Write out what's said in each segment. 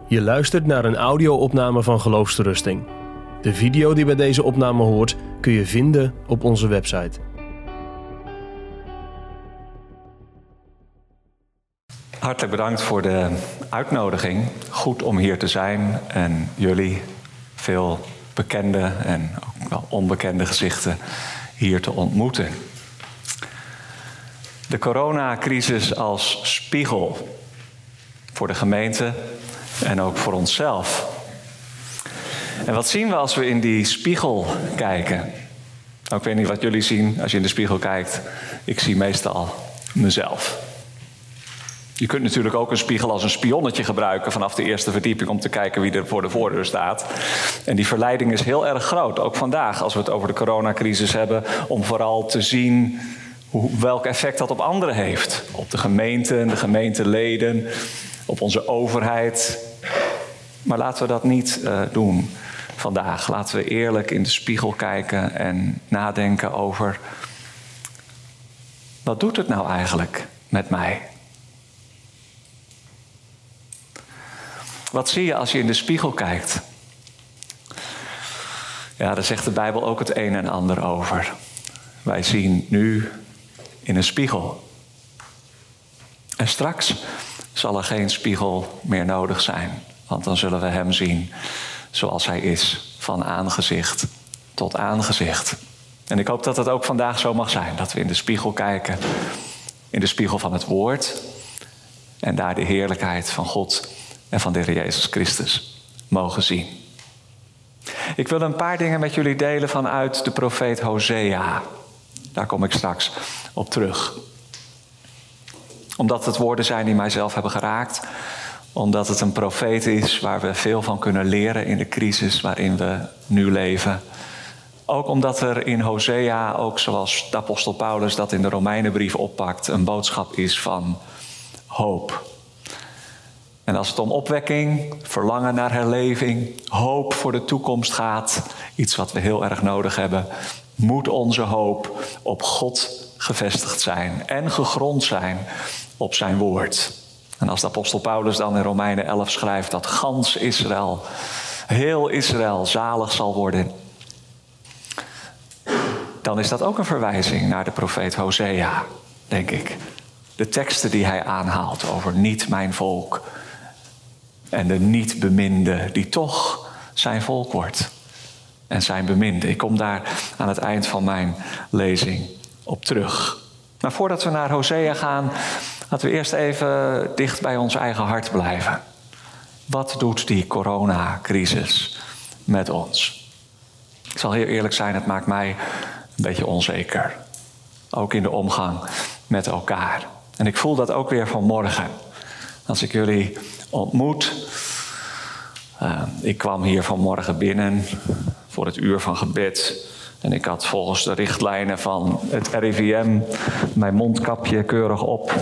Je luistert naar een audio-opname van Geloofsterusting. De video die bij deze opname hoort kun je vinden op onze website. Hartelijk bedankt voor de uitnodiging. Goed om hier te zijn en jullie, veel bekende en ook wel onbekende gezichten, hier te ontmoeten. De coronacrisis als spiegel voor de gemeente en ook voor onszelf. En wat zien we als we in die spiegel kijken? Nou, ik weet niet wat jullie zien als je in de spiegel kijkt. Ik zie meestal mezelf. Je kunt natuurlijk ook een spiegel als een spionnetje gebruiken vanaf de eerste verdieping om te kijken wie er voor de voordeur staat. En die verleiding is heel erg groot, ook vandaag als we het over de coronacrisis hebben, om vooral te zien welk effect dat op anderen heeft. Op de gemeente en de gemeenteleden, op onze overheid. Maar laten we dat niet doen vandaag. Laten we eerlijk in de spiegel kijken en nadenken over: wat doet het nou eigenlijk met mij? Wat zie je als je in de spiegel kijkt? Ja, daar zegt de Bijbel ook het een en ander over. Wij zien nu in een spiegel. En straks zal er geen spiegel meer nodig zijn. Want dan zullen we hem zien zoals hij is, van aangezicht tot aangezicht. En ik hoop dat het ook vandaag zo mag zijn. Dat we in de spiegel kijken, in de spiegel van het woord. En daar de heerlijkheid van God en van de Heer Jezus Christus mogen zien. Ik wil een paar dingen met jullie delen vanuit de profeet Hosea. Daar kom ik straks op terug. Omdat het woorden zijn die mijzelf hebben geraakt. Omdat het een profeet is waar we veel van kunnen leren in de crisis waarin we nu leven. Ook omdat er in Hosea, ook zoals de apostel Paulus dat in de Romeinenbrief oppakt, een boodschap is van hoop. En als het om opwekking, verlangen naar herleving, hoop voor de toekomst gaat, iets wat we heel erg nodig hebben, moet onze hoop op God gevestigd zijn en gegrond zijn op zijn woord. En als de apostel Paulus dan in Romeinen 11 schrijft dat gans Israël, heel Israël zalig zal worden, dan is dat ook een verwijzing naar de profeet Hosea, denk ik. De teksten die hij aanhaalt over niet mijn volk en de niet beminde die toch zijn volk wordt en zijn beminde. Ik kom daar aan het eind van mijn lezing op terug. Maar voordat we naar Hosea gaan, laten we eerst even dicht bij ons eigen hart blijven. Wat doet die coronacrisis met ons? Ik zal heel eerlijk zijn, het maakt mij een beetje onzeker. Ook in de omgang met elkaar. En ik voel dat ook weer vanmorgen. Als ik jullie ontmoet. Ik kwam hier vanmorgen binnen voor het uur van gebed. En ik had volgens de richtlijnen van het RIVM mijn mondkapje keurig op.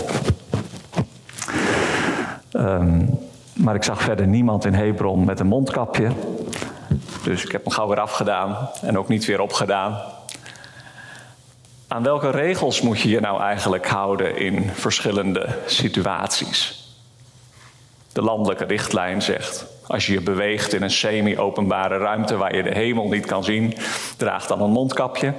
Maar ik zag verder niemand in Hebron met een mondkapje. Dus ik heb hem gauw weer afgedaan en ook niet weer opgedaan. Aan welke regels moet je je nou eigenlijk houden in verschillende situaties? De landelijke richtlijn zegt: als je je beweegt in een semi-openbare ruimte waar je de hemel niet kan zien, draag dan een mondkapje.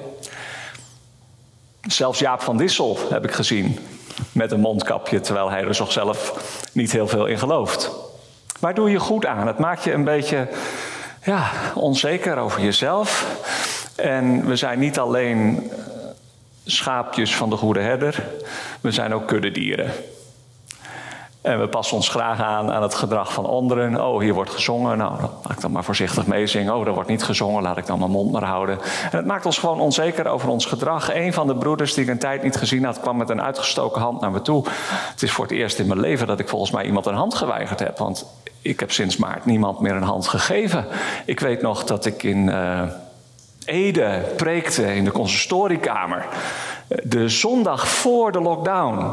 Zelfs Jaap van Dissel heb ik gezien met een mondkapje, terwijl hij er toch zelf niet heel veel in gelooft. Waar doe je goed aan? Het maakt je een beetje onzeker over jezelf. En we zijn niet alleen schaapjes van de goede herder, we zijn ook kuddedieren. En we passen ons graag aan het gedrag van anderen. Oh, hier wordt gezongen. Nou, laat ik dan maar voorzichtig meezingen. Oh, er wordt niet gezongen. Laat ik dan mijn mond maar houden. En het maakt ons gewoon onzeker over ons gedrag. Een van de broeders die ik een tijd niet gezien had, kwam met een uitgestoken hand naar me toe. Het is voor het eerst in mijn leven dat ik volgens mij iemand een hand geweigerd heb. Want ik heb sinds maart niemand meer een hand gegeven. Ik weet nog dat ik in Ede preekte in de consistoriekamer. De zondag voor de lockdown.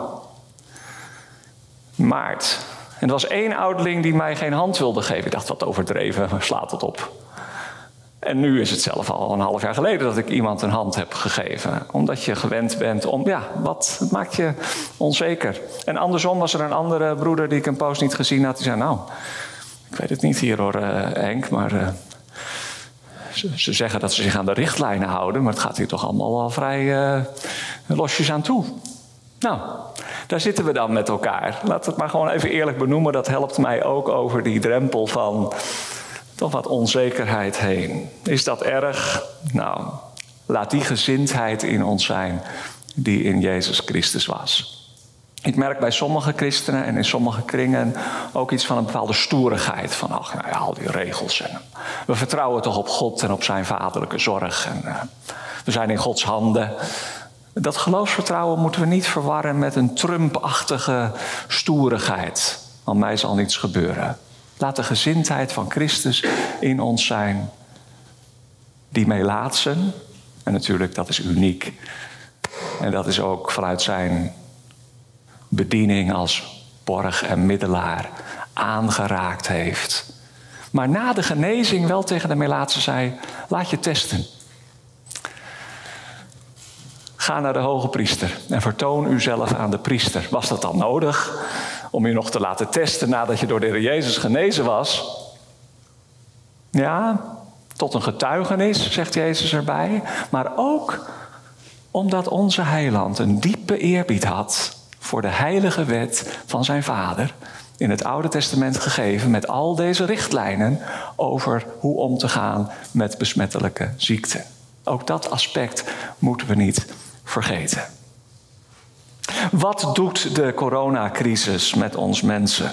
Maart. En er was 1 ouderling die mij geen hand wilde geven. Ik dacht, wat overdreven, waar slaat het op? En nu is het zelf al een half jaar geleden dat ik iemand een hand heb gegeven. Omdat je gewend bent om, het maakt je onzeker. En andersom was er een andere broeder die ik een poos niet gezien had. Die zei, nou, Ik weet het niet hier hoor, Henk, maar ze zeggen dat ze zich aan de richtlijnen houden, maar het gaat hier toch allemaal wel vrij losjes aan toe. Nou, daar zitten we dan met elkaar. Laat het maar gewoon even eerlijk benoemen. Dat helpt mij ook over die drempel van toch wat onzekerheid heen. Is dat erg? Nou, laat die gezindheid in ons zijn die in Jezus Christus was. Ik merk bij sommige christenen en in sommige kringen ook iets van een bepaalde stoerigheid. Van, ach, nou ja, al die regels. En we vertrouwen toch op God en op zijn vaderlijke zorg. En we zijn in Gods handen. Dat geloofsvertrouwen moeten we niet verwarren met een Trump-achtige stoerigheid. Want mij zal niets gebeuren. Laat de gezindheid van Christus in ons zijn. Die Melaatsen, en natuurlijk dat is uniek. En dat is ook vanuit zijn bediening als borg en middelaar aangeraakt heeft. Maar na de genezing wel tegen de Melaatsen zei, laat je testen. Ga naar de hoge priester en vertoon uzelf aan de priester. Was dat dan nodig om je nog te laten testen nadat je door de Heer Jezus genezen was? Ja, tot een getuigenis, zegt Jezus erbij. Maar ook omdat onze heiland een diepe eerbied had voor de heilige wet van zijn vader. In het Oude Testament gegeven met al deze richtlijnen over hoe om te gaan met besmettelijke ziekten. Ook dat aspect moeten we niet vergeten. Wat doet de coronacrisis met ons mensen?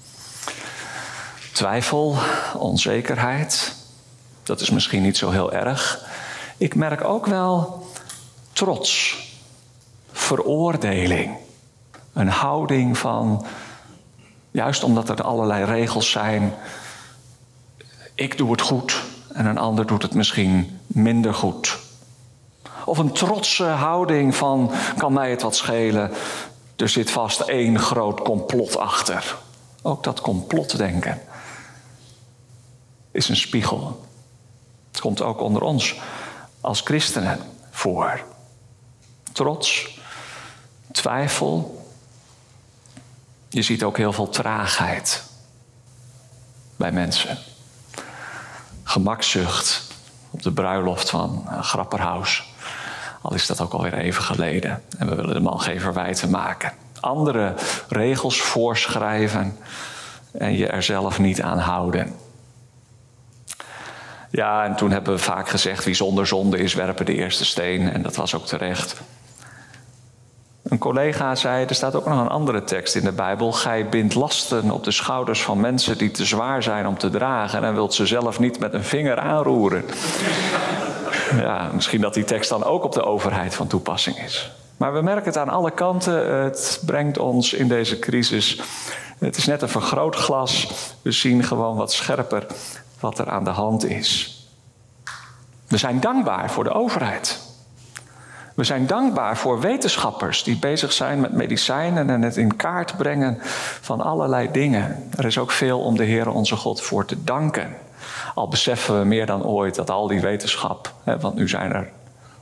Twijfel, onzekerheid. Dat is misschien niet zo heel erg. Ik merk ook wel trots, veroordeling. Een houding van, juist omdat er allerlei regels zijn, ik doe het goed en een ander doet het misschien minder goed. Of een trotse houding van, kan mij het wat schelen, er zit vast één groot complot achter. Ook dat complotdenken is een spiegel. Het komt ook onder ons als christenen voor. Trots, twijfel. Je ziet ook heel veel traagheid bij mensen. Gemakzucht op de bruiloft van Grapperhaus. Al is dat ook alweer even geleden. En we willen de man geen verwijten maken. Andere regels voorschrijven en je er zelf niet aan houden. Ja, en toen hebben we vaak gezegd, wie zonder zonde is, werpen de eerste steen. En dat was ook terecht. Een collega zei, er staat ook nog een andere tekst in de Bijbel. Gij bindt lasten op de schouders van mensen die te zwaar zijn om te dragen. En wilt ze zelf niet met een vinger aanroeren. Ja, misschien dat die tekst dan ook op de overheid van toepassing is. Maar we merken het aan alle kanten. Het brengt ons in deze crisis. Het is net een vergrootglas. We zien gewoon wat scherper wat er aan de hand is. We zijn dankbaar voor de overheid. We zijn dankbaar voor wetenschappers die bezig zijn met medicijnen en het in kaart brengen van allerlei dingen. Er is ook veel om de Heere onze God voor te danken. Al beseffen we meer dan ooit dat al die wetenschap, want nu zijn er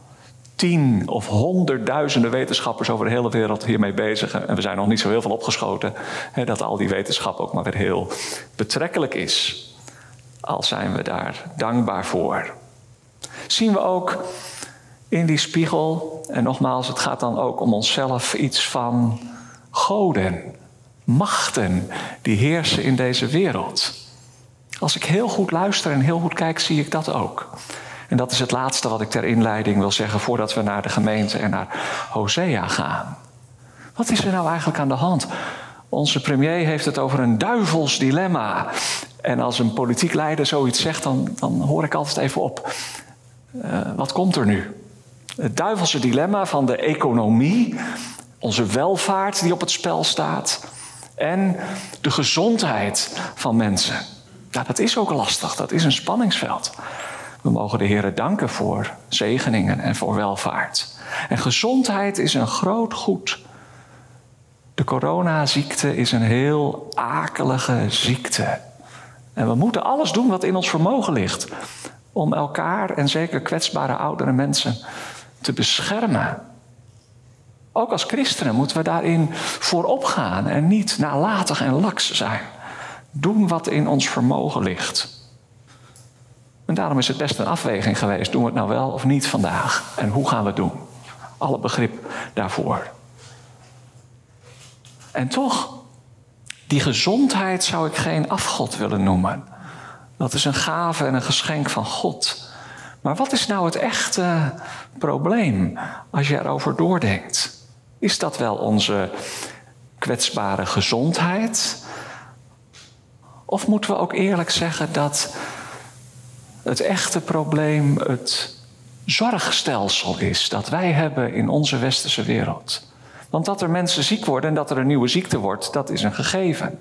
10 of 100.000 wetenschappers over de hele wereld hiermee bezig. En we zijn nog niet zo heel veel opgeschoten. Dat al die wetenschap ook maar weer heel betrekkelijk is. Al zijn we daar dankbaar voor. Zien we ook in die spiegel, en nogmaals, het gaat dan ook om onszelf, iets van goden, machten die heersen in deze wereld. Als ik heel goed luister en heel goed kijk, zie ik dat ook. En dat is het laatste wat ik ter inleiding wil zeggen voordat we naar de gemeente en naar Hosea gaan. Wat is er nou eigenlijk aan de hand? Onze premier heeft het over een duivels dilemma. En als een politiek leider zoiets zegt, dan hoor ik altijd even op. Wat komt er nu? Het duivelse dilemma van de economie, onze welvaart die op het spel staat en de gezondheid van mensen. Ja, dat is ook lastig, dat is een spanningsveld. We mogen de Heere danken voor zegeningen en voor welvaart. En gezondheid is een groot goed. De coronaziekte is een heel akelige ziekte. En we moeten alles doen wat in ons vermogen ligt om elkaar en zeker kwetsbare oudere mensen te beschermen. Ook als christenen moeten we daarin voorop gaan en niet nalatig en laks zijn. doen wat in ons vermogen ligt. En daarom is het best een afweging geweest. Doen we het nou wel of niet vandaag? En hoe gaan we het doen? Alle begrip daarvoor. En toch, die gezondheid zou ik geen afgod willen noemen. Dat is een gave en een geschenk van God. Maar wat is nou het echte probleem als je erover doordenkt? Is dat wel onze kwetsbare gezondheid? Of moeten we ook eerlijk zeggen dat het echte probleem het zorgstelsel is dat wij hebben in onze westerse wereld? Want dat er mensen ziek worden en dat er een nieuwe ziekte wordt, dat is een gegeven.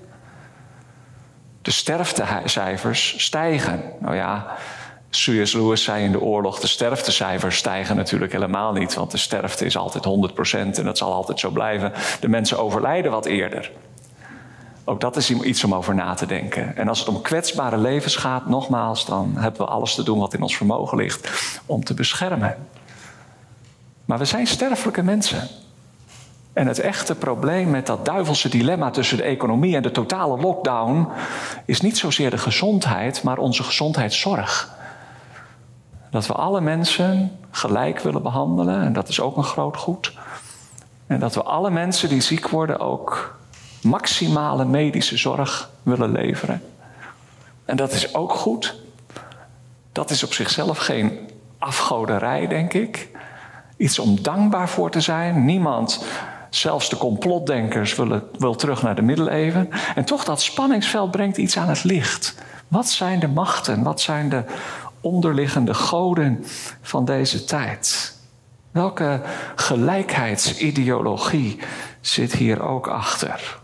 De sterftecijfers stijgen. Nou ja, C.S. Lewis zei in de oorlog, de sterftecijfers stijgen natuurlijk helemaal niet, want de sterfte is altijd 100% en dat zal altijd zo blijven. De mensen overlijden wat eerder. Ook dat is iets om over na te denken. En als het om kwetsbare levens gaat, nogmaals, dan hebben we alles te doen wat in ons vermogen ligt om te beschermen. Maar we zijn sterfelijke mensen. En het echte probleem met dat duivelse dilemma tussen de economie en de totale lockdown is niet zozeer de gezondheid, maar onze gezondheidszorg. Dat we alle mensen gelijk willen behandelen, en dat is ook een groot goed. En dat we alle mensen die ziek worden ook maximale medische zorg willen leveren. En dat is ook goed. Dat is op zichzelf geen afgoderij, denk ik. Iets om dankbaar voor te zijn. Niemand, zelfs de complotdenkers, wil terug naar de middeleeuwen. En toch, dat spanningsveld brengt iets aan het licht. Wat zijn de machten? Wat zijn de onderliggende goden van deze tijd? Welke gelijkheidsideologie zit hier ook achter?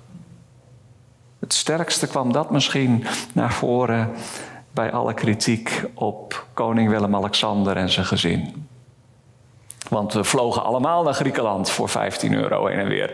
Het sterkste kwam dat misschien naar voren bij alle kritiek op koning Willem-Alexander en zijn gezin. Want we vlogen allemaal naar Griekenland voor €15 heen en weer.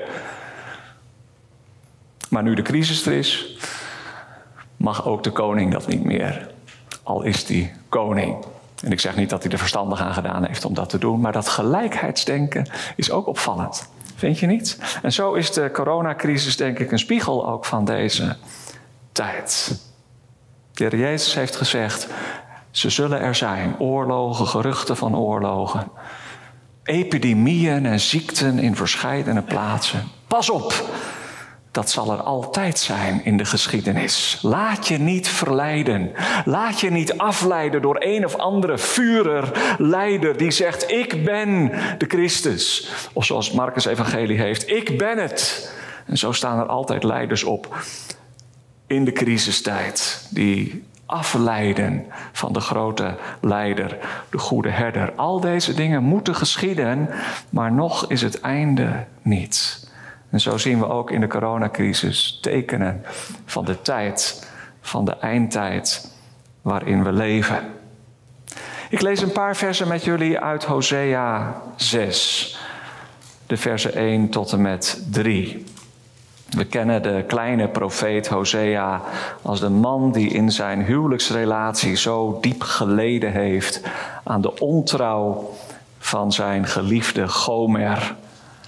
Maar nu de crisis er is, mag ook de koning dat niet meer. Al is die koning. En ik zeg niet dat hij er verstandig aan gedaan heeft om dat te doen, maar dat gelijkheidsdenken is ook opvallend. Vind je niet? En zo is de coronacrisis denk ik een spiegel ook van deze tijd. De Heer Jezus heeft gezegd, ze zullen er zijn. Oorlogen, geruchten van oorlogen. Epidemieën en ziekten in verscheidene plaatsen. Pas op, dat zal er altijd zijn in de geschiedenis. Laat je niet verleiden. Laat je niet afleiden door een of andere Führer-leider die zegt, ik ben de Christus. Of zoals het Marcus Evangelie heeft, ik ben het. En zo staan er altijd leiders op in de crisistijd die afleiden van de grote leider, de goede herder. Al deze dingen moeten geschieden, maar nog is het einde niet. En zo zien we ook in de coronacrisis tekenen van de tijd, van de eindtijd waarin we leven. Ik lees een paar versen met jullie uit Hosea 6, de versen 1 tot en met 3. We kennen de kleine profeet Hosea als de man die in zijn huwelijksrelatie zo diep geleden heeft aan de ontrouw van zijn geliefde Gomer.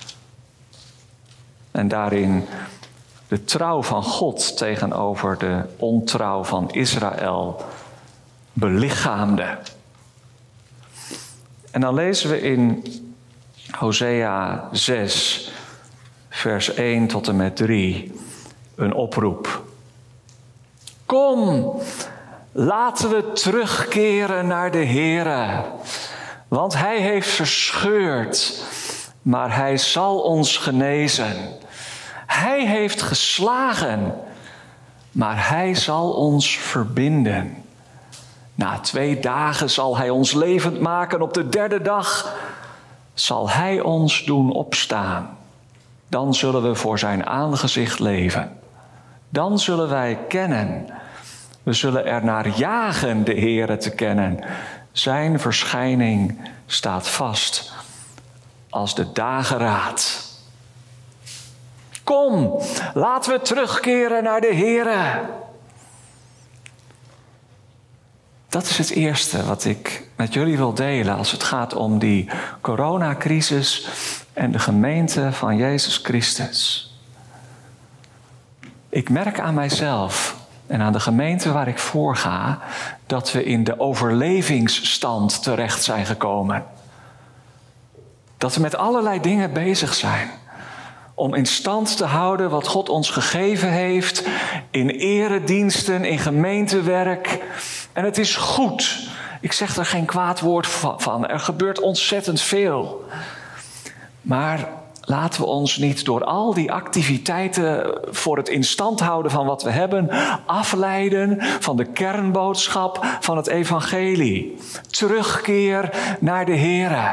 En daarin de trouw van God tegenover de ontrouw van Israël belichaamde. En dan lezen we in Hosea 6, vers 1 tot en met 3, een oproep. Kom, laten we terugkeren naar de Heere, want Hij heeft verscheurd, maar Hij zal ons genezen. Hij heeft geslagen, maar Hij zal ons verbinden. Na 2 dagen zal Hij ons levend maken. Op de 3e dag zal Hij ons doen opstaan. Dan zullen we voor zijn aangezicht leven. Dan zullen wij kennen. We zullen er naar jagen de Heere te kennen. Zijn verschijning staat vast als de dageraad. Kom, laten we terugkeren naar de Heere. Dat is het eerste wat ik met jullie wil delen als het gaat om die coronacrisis en de gemeente van Jezus Christus. Ik merk aan mijzelf en aan de gemeente waar ik voor ga, dat we in de overlevingsstand terecht zijn gekomen. Dat we met allerlei dingen bezig zijn om in stand te houden wat God ons gegeven heeft in erediensten, in gemeentewerk. En het is goed. Ik zeg er geen kwaad woord van. Er gebeurt ontzettend veel. Maar laten we ons niet door al die activiteiten voor het in stand houden van wat we hebben afleiden van de kernboodschap van het evangelie. Terugkeer naar de Here.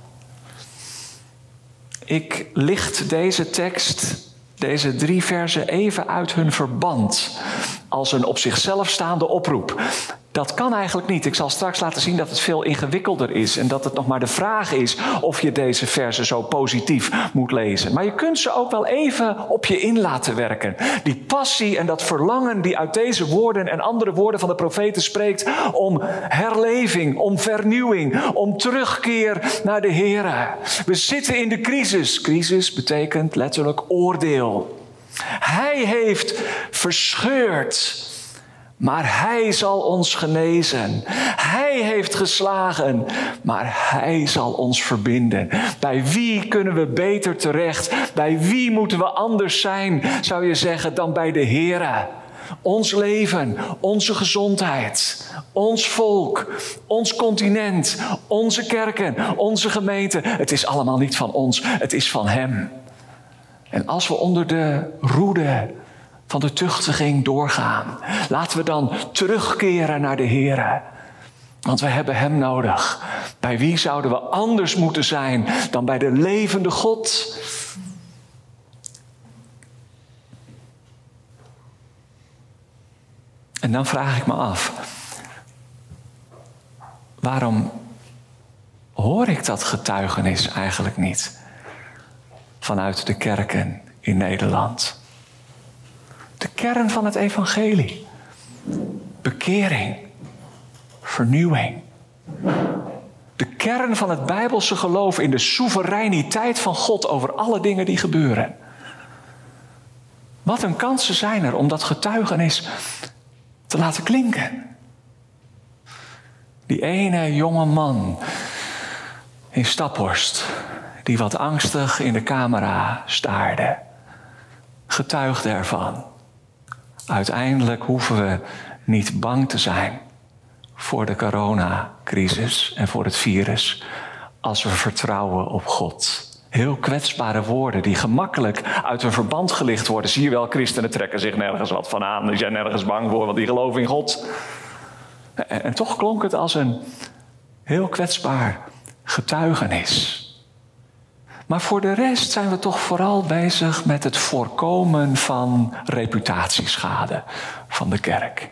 Ik licht deze tekst, deze 3 versen even uit hun verband als een op zichzelf staande oproep. Dat kan eigenlijk niet. Ik zal straks laten zien dat het veel ingewikkelder is en dat het nog maar de vraag is of je deze versen zo positief moet lezen. Maar je kunt ze ook wel even op je in laten werken. Die passie en dat verlangen die uit deze woorden en andere woorden van de profeten spreekt om herleving, om vernieuwing, om terugkeer naar de Here. We zitten in de crisis. Crisis betekent letterlijk oordeel. Hij heeft verscheurd, maar hij zal ons genezen. Hij heeft geslagen, maar hij zal ons verbinden. Bij wie kunnen we beter terecht? Bij wie moeten we anders zijn, zou je zeggen, dan bij de Here? Ons leven, onze gezondheid, ons volk, ons continent, onze kerken, onze gemeente. Het is allemaal niet van ons, het is van hem. En als we onder de roede van de tuchtiging doorgaan, laten we dan terugkeren naar de Here. Want we hebben hem nodig. Bij wie zouden we anders moeten zijn dan bij de levende God? En dan vraag ik me af, waarom hoor ik dat getuigenis eigenlijk niet vanuit de kerken in Nederland? De kern van het evangelie. Bekering. Vernieuwing. De kern van het Bijbelse geloof in de soevereiniteit van God over alle dingen die gebeuren. Wat een kansen zijn er om dat getuigenis te laten klinken. Die ene jonge man in Staphorst, die wat angstig in de camera staarde, getuigde ervan. Uiteindelijk hoeven we niet bang te zijn voor de coronacrisis en voor het virus als we vertrouwen op God. Heel kwetsbare woorden die gemakkelijk uit hun verband gelicht worden. Zie je wel, christenen trekken zich nergens wat van aan. Die zijn nergens bang voor, want die geloven in God. En toch klonk het als een heel kwetsbaar getuigenis. Maar voor de rest zijn we toch vooral bezig met het voorkomen van reputatieschade van de kerk.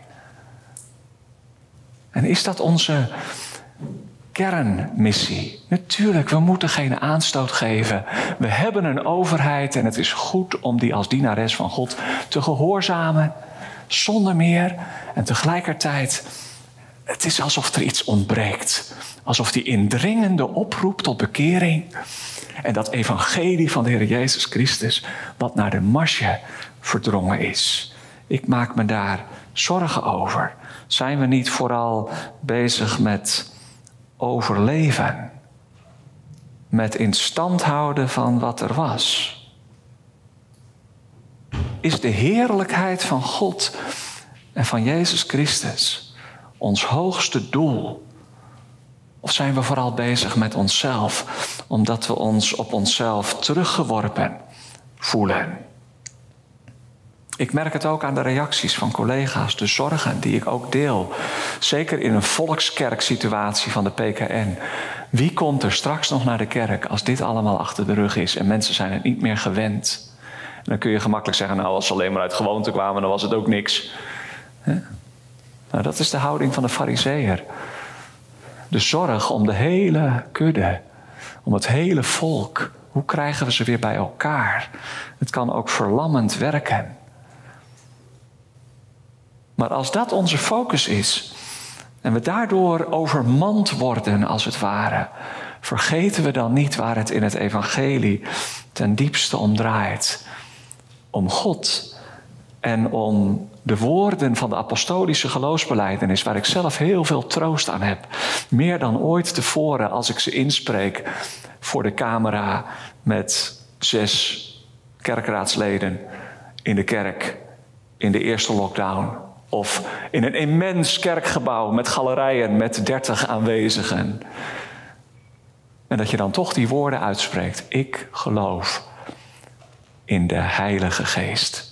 En is dat onze kernmissie? Natuurlijk, we moeten geen aanstoot geven. We hebben een overheid en het is goed om die als dienares van God te gehoorzamen. Zonder meer. En tegelijkertijd, het is alsof er iets ontbreekt. Alsof die indringende oproep tot bekering en dat evangelie van de Heer Jezus Christus wat naar de marsje verdrongen is. Ik maak me daar zorgen over. Zijn we niet vooral bezig met overleven? Met in stand houden van wat er was? Is de heerlijkheid van God en van Jezus Christus ons hoogste doel? Of zijn we vooral bezig met onszelf, omdat we ons op onszelf teruggeworpen voelen? Ik merk het ook aan de reacties van collega's, de zorgen die ik ook deel. Zeker in een volkskerksituatie van de PKN. Wie komt er straks nog naar de kerk als dit allemaal achter de rug is en mensen zijn het niet meer gewend? En dan kun je gemakkelijk zeggen, nou als ze alleen maar uit gewoonte kwamen, dan was het ook niks. Nou, dat is de houding van de Farizeeër. De zorg om de hele kudde, om het hele volk. Hoe krijgen we ze weer bij elkaar? Het kan ook verlammend werken. Maar als dat onze focus is en we daardoor overmand worden als het ware, vergeten we dan niet waar het in het evangelie ten diepste om draait. Om God En om de woorden van de apostolische geloofsbelijdenis, waar ik zelf heel veel troost aan heb, meer dan ooit tevoren als ik ze inspreek voor de camera met 6 kerkraadsleden in de kerk in de eerste lockdown. Of in een immens kerkgebouw met galerijen met 30 aanwezigen. En dat je dan toch die woorden uitspreekt. Ik geloof in de Heilige Geest.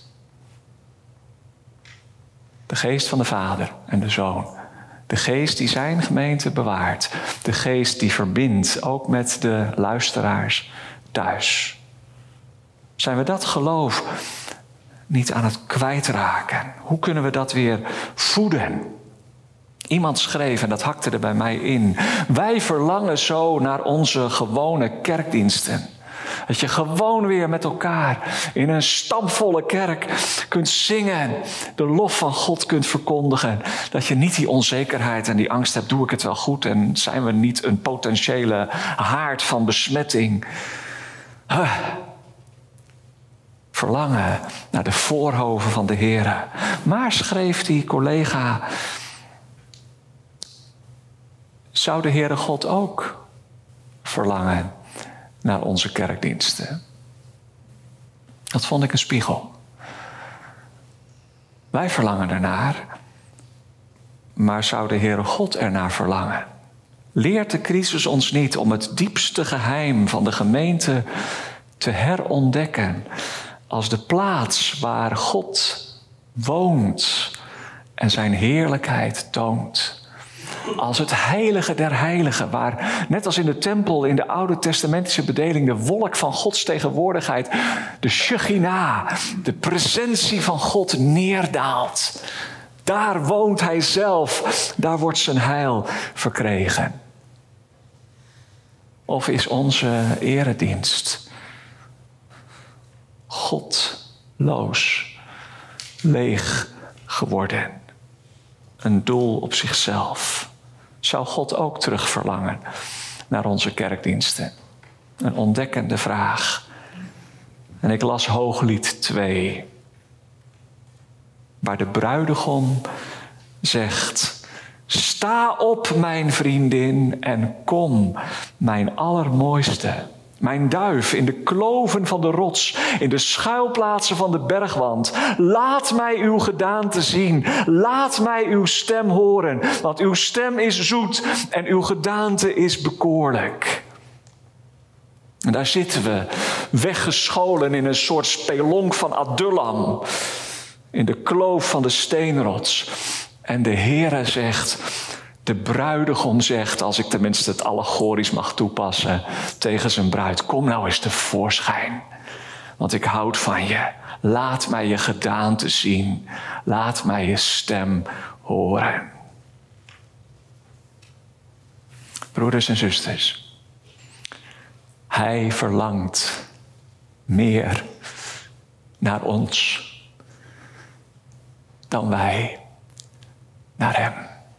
De Geest van de Vader en de Zoon. De Geest die zijn gemeente bewaart. De Geest die verbindt, ook met de luisteraars thuis. Zijn we dat geloof niet aan het kwijtraken? Hoe kunnen we dat weer voeden? Iemand schreef, en dat hakte er bij mij in: wij verlangen zo naar onze gewone kerkdiensten. Dat je gewoon weer met elkaar in een stampvolle kerk kunt zingen, de lof van God kunt verkondigen. Dat je niet die onzekerheid en die angst hebt, doe ik het wel goed en zijn we niet een potentiële haard van besmetting. Verlangen naar de voorhoven van de Heer. Maar, schreef die collega, zou de Heere God ook verlangen naar onze kerkdiensten? Dat vond ik een spiegel. Wij verlangen ernaar, maar zou de Heere God ernaar verlangen? Leert de crisis ons niet om het diepste geheim van de gemeente te herontdekken als de plaats waar God woont en zijn heerlijkheid toont? Als het heilige der heiligen, waar net als in de tempel in de oude testamentische bedeling de wolk van Gods tegenwoordigheid, de Shechina, de presentie van God neerdaalt. Daar woont hij zelf, daar wordt zijn heil verkregen. Of is onze eredienst godloos, leeg geworden? Een doel op zichzelf. Zou God ook terug verlangen naar onze kerkdiensten? Een ontdekkende vraag. En ik las Hooglied 2. Waar de bruidegom zegt: sta op, mijn vriendin, en kom, mijn allermooiste. Mijn duif in de kloven van de rots, in de schuilplaatsen van de bergwand. Laat mij uw gedaante zien. Laat mij uw stem horen. Want uw stem is zoet en uw gedaante is bekoorlijk. En daar zitten we, weggescholen in een soort spelonk van Adullam. In de kloof van de steenrots. En de Heere zegt, de bruidegom zegt, als ik tenminste het allegorisch mag toepassen, tegen zijn bruid: kom nou eens tevoorschijn, want ik houd van je. Laat mij je gedaante zien. Laat mij je stem horen. Broeders en zusters, hij verlangt meer naar ons dan wij naar hem.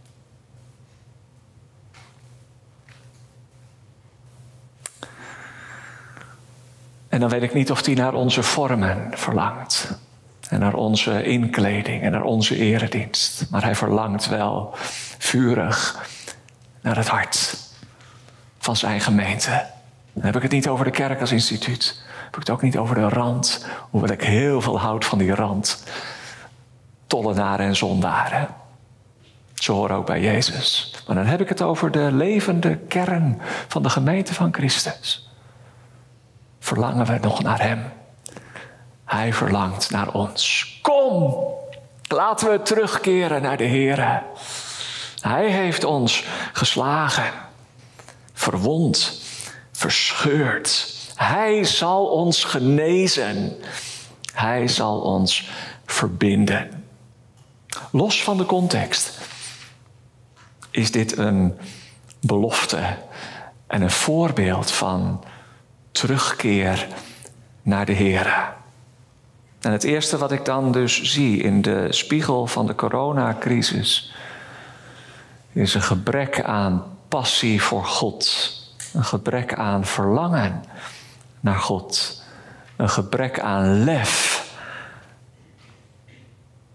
En dan weet ik niet of hij naar onze vormen verlangt. En naar onze inkleding en naar onze eredienst. Maar hij verlangt wel vurig naar het hart van zijn gemeente. Dan heb ik het niet over de kerk als instituut. Dan heb ik het ook niet over de rand. Hoewel ik heel veel houd van die rand. Tollenaren en zondaren. Ze horen ook bij Jezus. Maar dan heb ik het over de levende kern van de gemeente van Christus. Verlangen we nog naar hem? Hij verlangt naar ons. Kom, laten we terugkeren naar de Heere. Hij heeft ons geslagen, verwond, verscheurd. Hij zal ons genezen. Hij zal ons verbinden. Los van de context is dit een belofte en een voorbeeld van terugkeer naar de Heere. En het eerste wat ik dan dus zie in de spiegel van de coronacrisis is een gebrek aan passie voor God. Een gebrek aan verlangen naar God. Een gebrek aan lef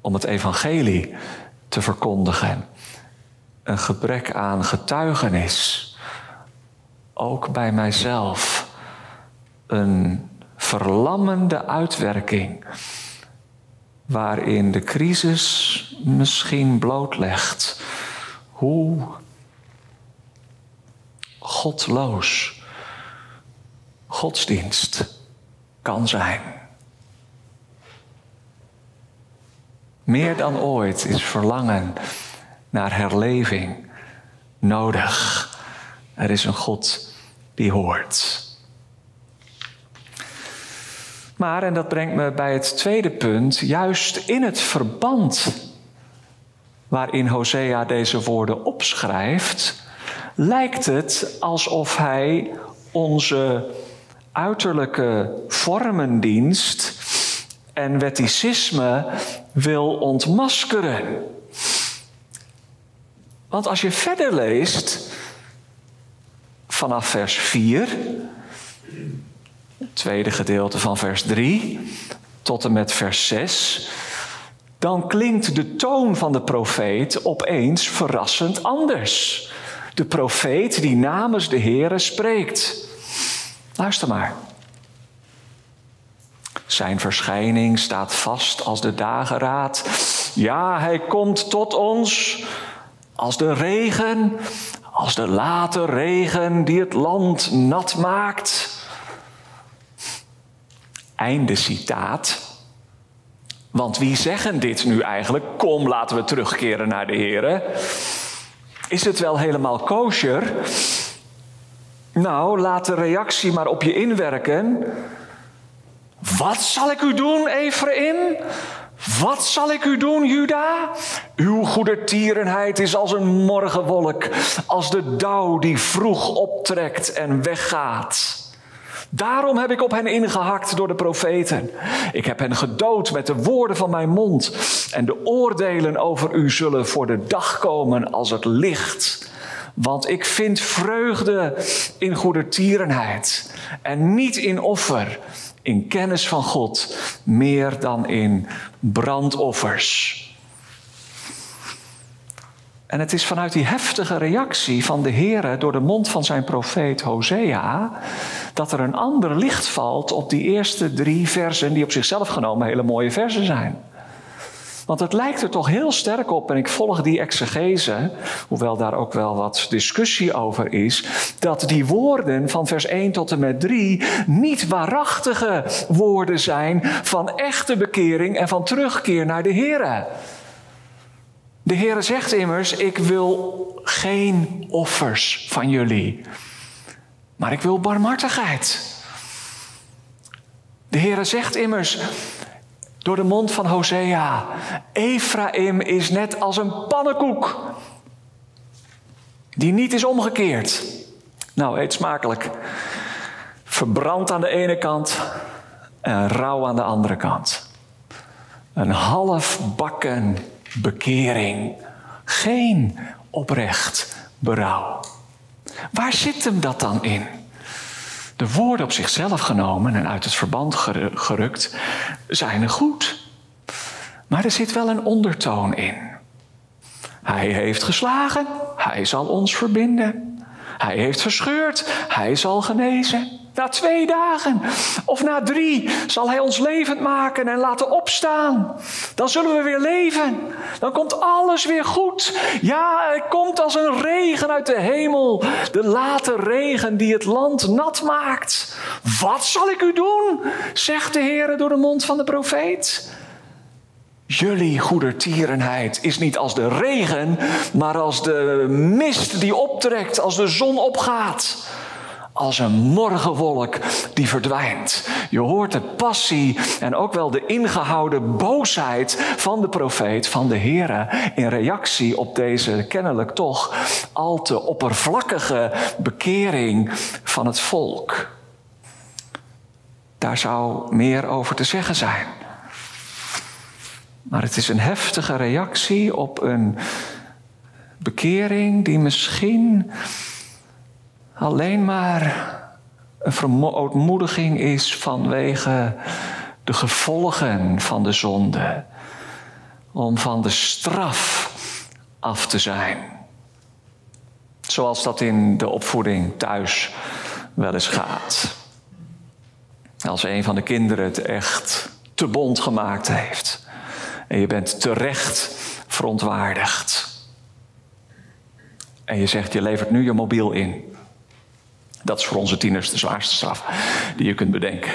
om het evangelie te verkondigen. Een gebrek aan getuigenis, ook bij mijzelf. Een verlammende uitwerking, waarin de crisis misschien blootlegt hoe godloos godsdienst kan zijn. Meer dan ooit is verlangen naar herleving nodig. Er is een God die hoort. Maar, en dat brengt me bij het tweede punt, juist in het verband waarin Hosea deze woorden opschrijft, lijkt het alsof hij onze uiterlijke vormendienst en wetticisme wil ontmaskeren. Want als je verder leest, vanaf vers 4, het tweede gedeelte van vers 3, tot en met vers 6, dan klinkt de toon van de profeet opeens verrassend anders. De profeet die namens de Heere spreekt. Luister maar. Zijn verschijning staat vast als de dageraad. Ja, hij komt tot ons als de regen, als de late regen die het land nat maakt. Einde citaat. Want wie zeggen dit nu eigenlijk? Kom, laten we terugkeren naar de Heere. Is het wel helemaal kosher? Nou, laat de reactie maar op je inwerken. Wat zal ik u doen, Efraïm? Wat zal ik u doen, Juda? Uw goedertierenheid is als een morgenwolk, als de dauw die vroeg optrekt en weggaat. Daarom heb ik op hen ingehakt door de profeten. Ik heb hen gedood met de woorden van mijn mond. En de oordelen over u zullen voor de dag komen als het licht. Want ik vind vreugde in goedertierenheid en niet in offer, in kennis van God, meer dan in brandoffers. En het is vanuit die heftige reactie van de Heere door de mond van zijn profeet Hosea dat er een ander licht valt op die eerste 3 versen die op zichzelf genomen hele mooie versen zijn. Want het lijkt er toch heel sterk op, en ik volg die exegese, hoewel daar ook wel wat discussie over is, dat die woorden van vers 1 tot en met 3 niet waarachtige woorden zijn van echte bekering en van terugkeer naar de Heere. De Heere zegt immers, ik wil geen offers van jullie, maar ik wil barmhartigheid. De Heere zegt immers door de mond van Hosea, Efraïm is net als een pannenkoek die niet is omgekeerd. Nou, eet smakelijk. Verbrand aan de ene kant en rauw aan de andere kant. Een halfbakken bekering. Geen oprecht berouw. Waar zit hem dat dan in? De woorden op zichzelf genomen en uit het verband gerukt zijn goed. Maar er zit wel een ondertoon in. Hij heeft geslagen, hij zal ons verbinden. Hij heeft verscheurd, hij zal genezen. Na 2 dagen of na 3 zal hij ons levend maken en laten opstaan. Dan zullen we weer leven. Dan komt alles weer goed. Ja, hij komt als een regen uit de hemel. De late regen die het land nat maakt. Wat zal ik u doen? Zegt de Heere door de mond van de profeet. Jullie goedertierenheid is niet als de regen, maar als de mist die optrekt als de zon opgaat. Als een morgenwolk die verdwijnt. Je hoort de passie en ook wel de ingehouden boosheid van de profeet, van de Heere, in reactie op deze kennelijk toch al te oppervlakkige bekering van het volk. Daar zou meer over te zeggen zijn. Maar het is een heftige reactie op een bekering die misschien alleen maar een verootmoediging is vanwege de gevolgen van de zonde. om van de straf af te zijn. Zoals dat in de opvoeding thuis wel eens gaat. Als een van de kinderen het echt te bont gemaakt heeft. En je bent terecht verontwaardigd. En je zegt, je levert nu je mobiel in. Dat is voor onze tieners de zwaarste straf die je kunt bedenken.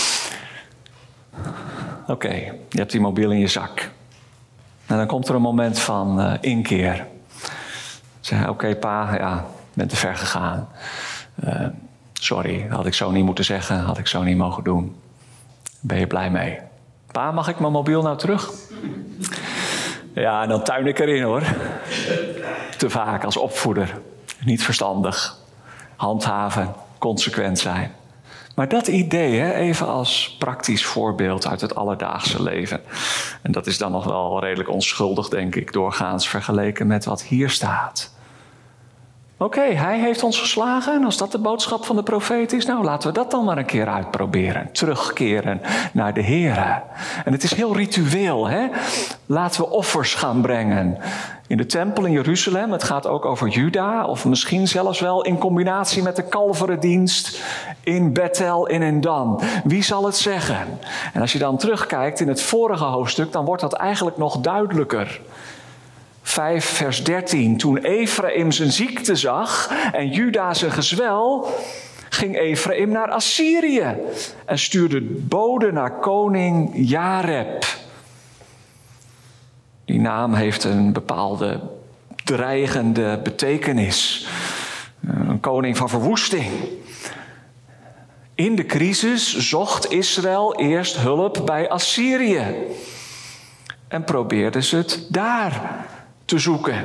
Oké, je hebt die mobiel in je zak. En dan komt er een moment van inkeer. Zeg, oké, pa, ja, ik ben te ver gegaan. Sorry, had ik zo niet moeten zeggen, had ik zo niet mogen doen. Ben je blij mee? Pa, mag ik mijn mobiel nou terug? Ja, en dan tuin ik erin hoor. Te vaak als opvoeder. Niet verstandig. Handhaven, consequent zijn. Maar dat idee, hè, even als praktisch voorbeeld uit het alledaagse leven. En dat is dan nog wel redelijk onschuldig, denk ik, doorgaans vergeleken met wat hier staat. Oké, hij heeft ons geslagen en als dat de boodschap van de profeet is, nou laten we dat dan maar een keer uitproberen. Terugkeren naar de Here. En het is heel ritueel, hè? Laten we offers gaan brengen. In de tempel in Jeruzalem, het gaat ook over Juda, of misschien zelfs wel in combinatie met de kalverendienst in Bethel en in Dan. Wie zal het zeggen? En als je dan terugkijkt in het vorige hoofdstuk, dan wordt dat eigenlijk nog duidelijker. 5 vers 13. Toen Efraïm zijn ziekte zag en Juda zijn gezwel, ging Efraïm naar Assyrië en stuurde boden naar koning Jareb. Die naam heeft een bepaalde dreigende betekenis. Een koning van verwoesting. In de crisis zocht Israël eerst hulp bij Assyrië. En probeerde ze het daar te zoeken.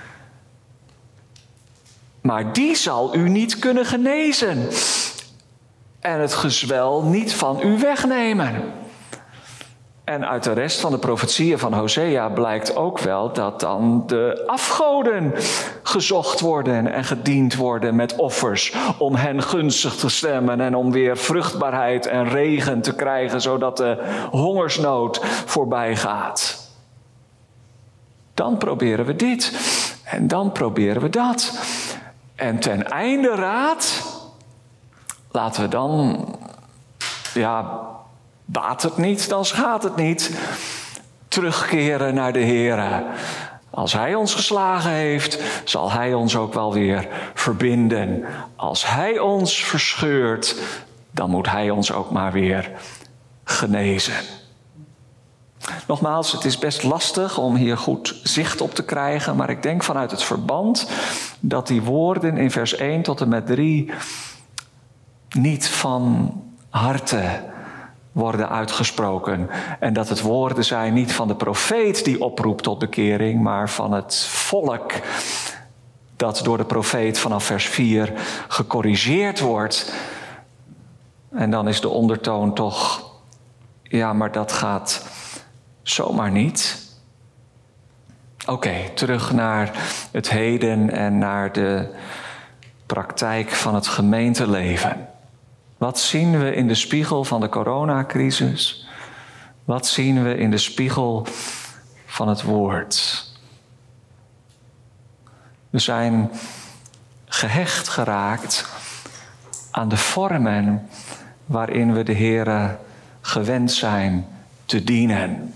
Maar die zal u niet kunnen genezen. En het gezwel niet van u wegnemen. En uit de rest van de profetieën van Hosea blijkt ook wel dat dan de afgoden gezocht worden en gediend worden met offers om hen gunstig te stemmen en om weer vruchtbaarheid en regen te krijgen zodat de hongersnood voorbij gaat. Dan proberen we dit en dan proberen we dat. En ten einde raad, laten we dan, baat het niet, dan schaadt het niet, terugkeren naar de Heere. Als Hij ons geslagen heeft, zal Hij ons ook wel weer verbinden. Als Hij ons verscheurt, dan moet Hij ons ook maar weer genezen. Nogmaals, het is best lastig om hier goed zicht op te krijgen, maar ik denk vanuit het verband dat die woorden in vers 1 tot en met 3 niet van harte worden uitgesproken. En dat het woorden zijn niet van de profeet die oproept tot bekering, maar van het volk dat door de profeet vanaf vers 4 gecorrigeerd wordt. En dan is de ondertoon toch, ja, maar dat gaat zomaar niet. Oké, terug naar het heden en naar de praktijk van het gemeenteleven. Wat zien we in de spiegel van de coronacrisis? Wat zien we in de spiegel van het woord? We zijn gehecht geraakt aan de vormen waarin we de Heere gewend zijn te dienen.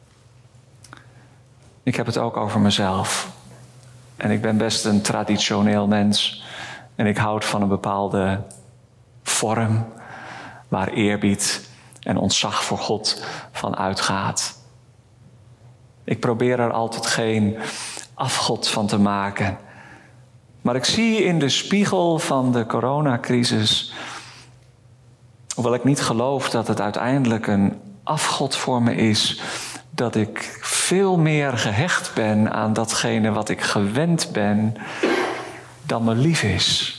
Ik heb het ook over mezelf. En ik ben best een traditioneel mens. En ik houd van een bepaalde vorm waar eerbied en ontzag voor God van uitgaat. Ik probeer er altijd geen afgod van te maken. Maar ik zie in de spiegel van de coronacrisis, hoewel ik niet geloof dat het uiteindelijk een afgod voor me is, dat ik veel meer gehecht ben aan datgene wat ik gewend ben dan me lief is.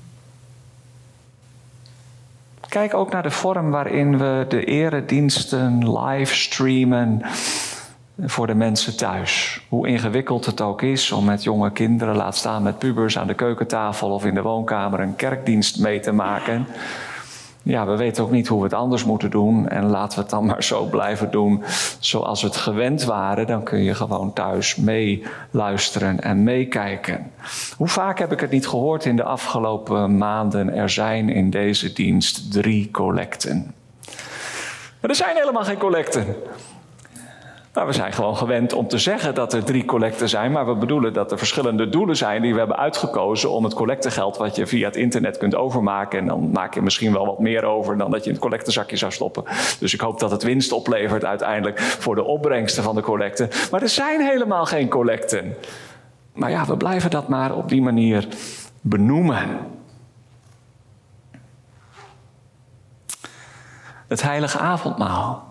Kijk ook naar de vorm waarin we de erediensten livestreamen voor de mensen thuis. Hoe ingewikkeld het ook is om met jonge kinderen, laat staan met pubers aan de keukentafel of in de woonkamer een kerkdienst mee te maken. Ja, we weten ook niet hoe we het anders moeten doen. En laten we het dan maar zo blijven doen zoals we het gewend waren. Dan kun je gewoon thuis meeluisteren en meekijken. Hoe vaak heb ik het niet gehoord in de afgelopen maanden? Er zijn in deze dienst 3 collecten. Maar er zijn helemaal geen collecten. Nou, we zijn gewoon gewend om te zeggen dat er 3 collecten zijn. Maar we bedoelen dat er verschillende doelen zijn die we hebben uitgekozen om het collectegeld wat je via het internet kunt overmaken. En dan maak je misschien wel wat meer over dan dat je in het collectezakje zou stoppen. Dus ik hoop dat het winst oplevert uiteindelijk voor de opbrengsten van de collecten. Maar er zijn helemaal geen collecten. Maar ja, we blijven dat maar op die manier benoemen. Het heilige avondmaal.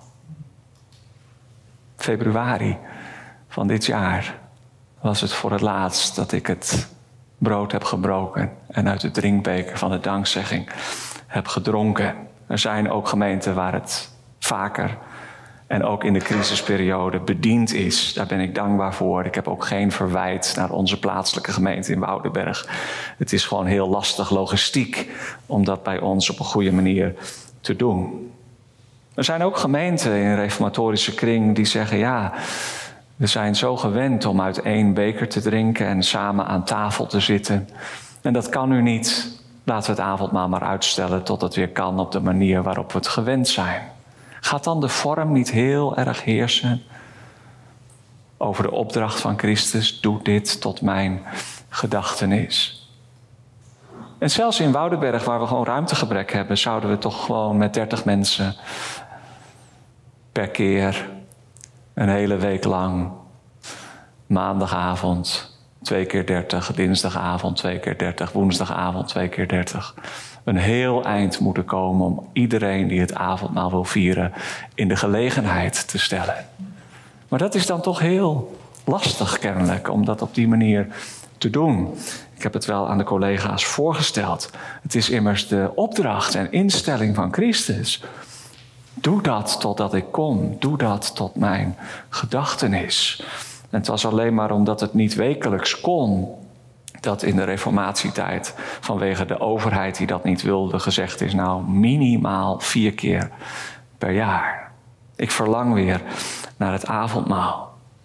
Februari van dit jaar was het voor het laatst dat ik het brood heb gebroken en uit de drinkbeker van de dankzegging heb gedronken. Er zijn ook gemeenten waar het vaker en ook in de crisisperiode bediend is. Daar ben ik dankbaar voor. Ik heb ook geen verwijt naar onze plaatselijke gemeente in Woudenberg. Het is gewoon heel lastig logistiek om dat bij ons op een goede manier te doen. Er zijn ook gemeenten in een reformatorische kring die zeggen, ja, we zijn zo gewend om uit 1 beker te drinken en samen aan tafel te zitten. En dat kan nu niet. Laten we het avondmaal maar uitstellen tot het weer kan op de manier waarop we het gewend zijn. Gaat dan de vorm niet heel erg heersen over de opdracht van Christus? Doe dit tot mijn gedachtenis. En zelfs in Woudenberg, waar we gewoon ruimtegebrek hebben, zouden we toch gewoon met 30 mensen per keer een hele week lang, maandagavond 2 keer 30, dinsdagavond 2 keer 30, woensdagavond 2 keer 30, een heel eind moeten komen om iedereen die het avondmaal wil vieren in de gelegenheid te stellen. Maar dat is dan toch heel lastig kennelijk om dat op die manier te doen. Ik heb het wel aan de collega's voorgesteld. Het is immers de opdracht en instelling van Christus. Doe dat totdat ik kom. Doe dat tot mijn gedachtenis. En het was alleen maar omdat het niet wekelijks kon, dat in de reformatietijd vanwege de overheid die dat niet wilde gezegd is, nou minimaal 4 keer per jaar. Ik verlang weer naar het avondmaal.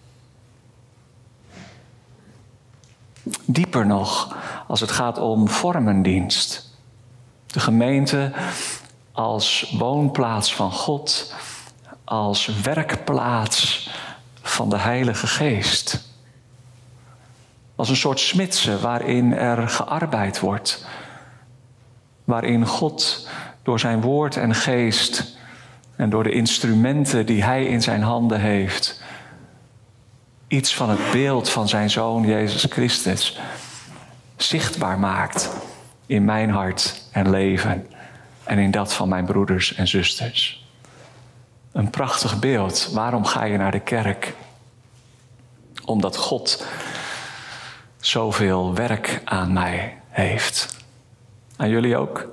Dieper nog, als het gaat om vormendienst. De gemeente als woonplaats van God, als werkplaats van de Heilige Geest. Als een soort smidse waarin er gearbeid wordt. Waarin God door zijn woord en geest en door de instrumenten die hij in zijn handen heeft, iets van het beeld van zijn Zoon Jezus Christus zichtbaar maakt in mijn hart en leven en in dat van mijn broeders en zusters. Een prachtig beeld. Waarom ga je naar de kerk? Omdat God zoveel werk aan mij heeft. Aan jullie ook?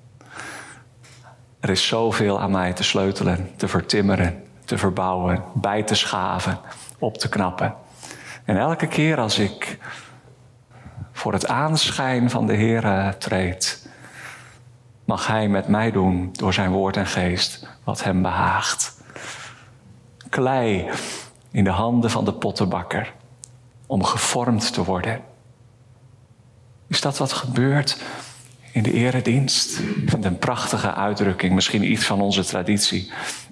Er is zoveel aan mij te sleutelen, te vertimmeren, te verbouwen, bij te schaven, op te knappen. En elke keer als ik voor het aanschijn van de Heer treed, mag Hij met mij doen door zijn woord en geest wat hem behaagt. Klei in de handen van de pottenbakker om gevormd te worden. Is dat wat gebeurt in de eredienst? Ik vind het een prachtige uitdrukking, misschien iets van onze traditie.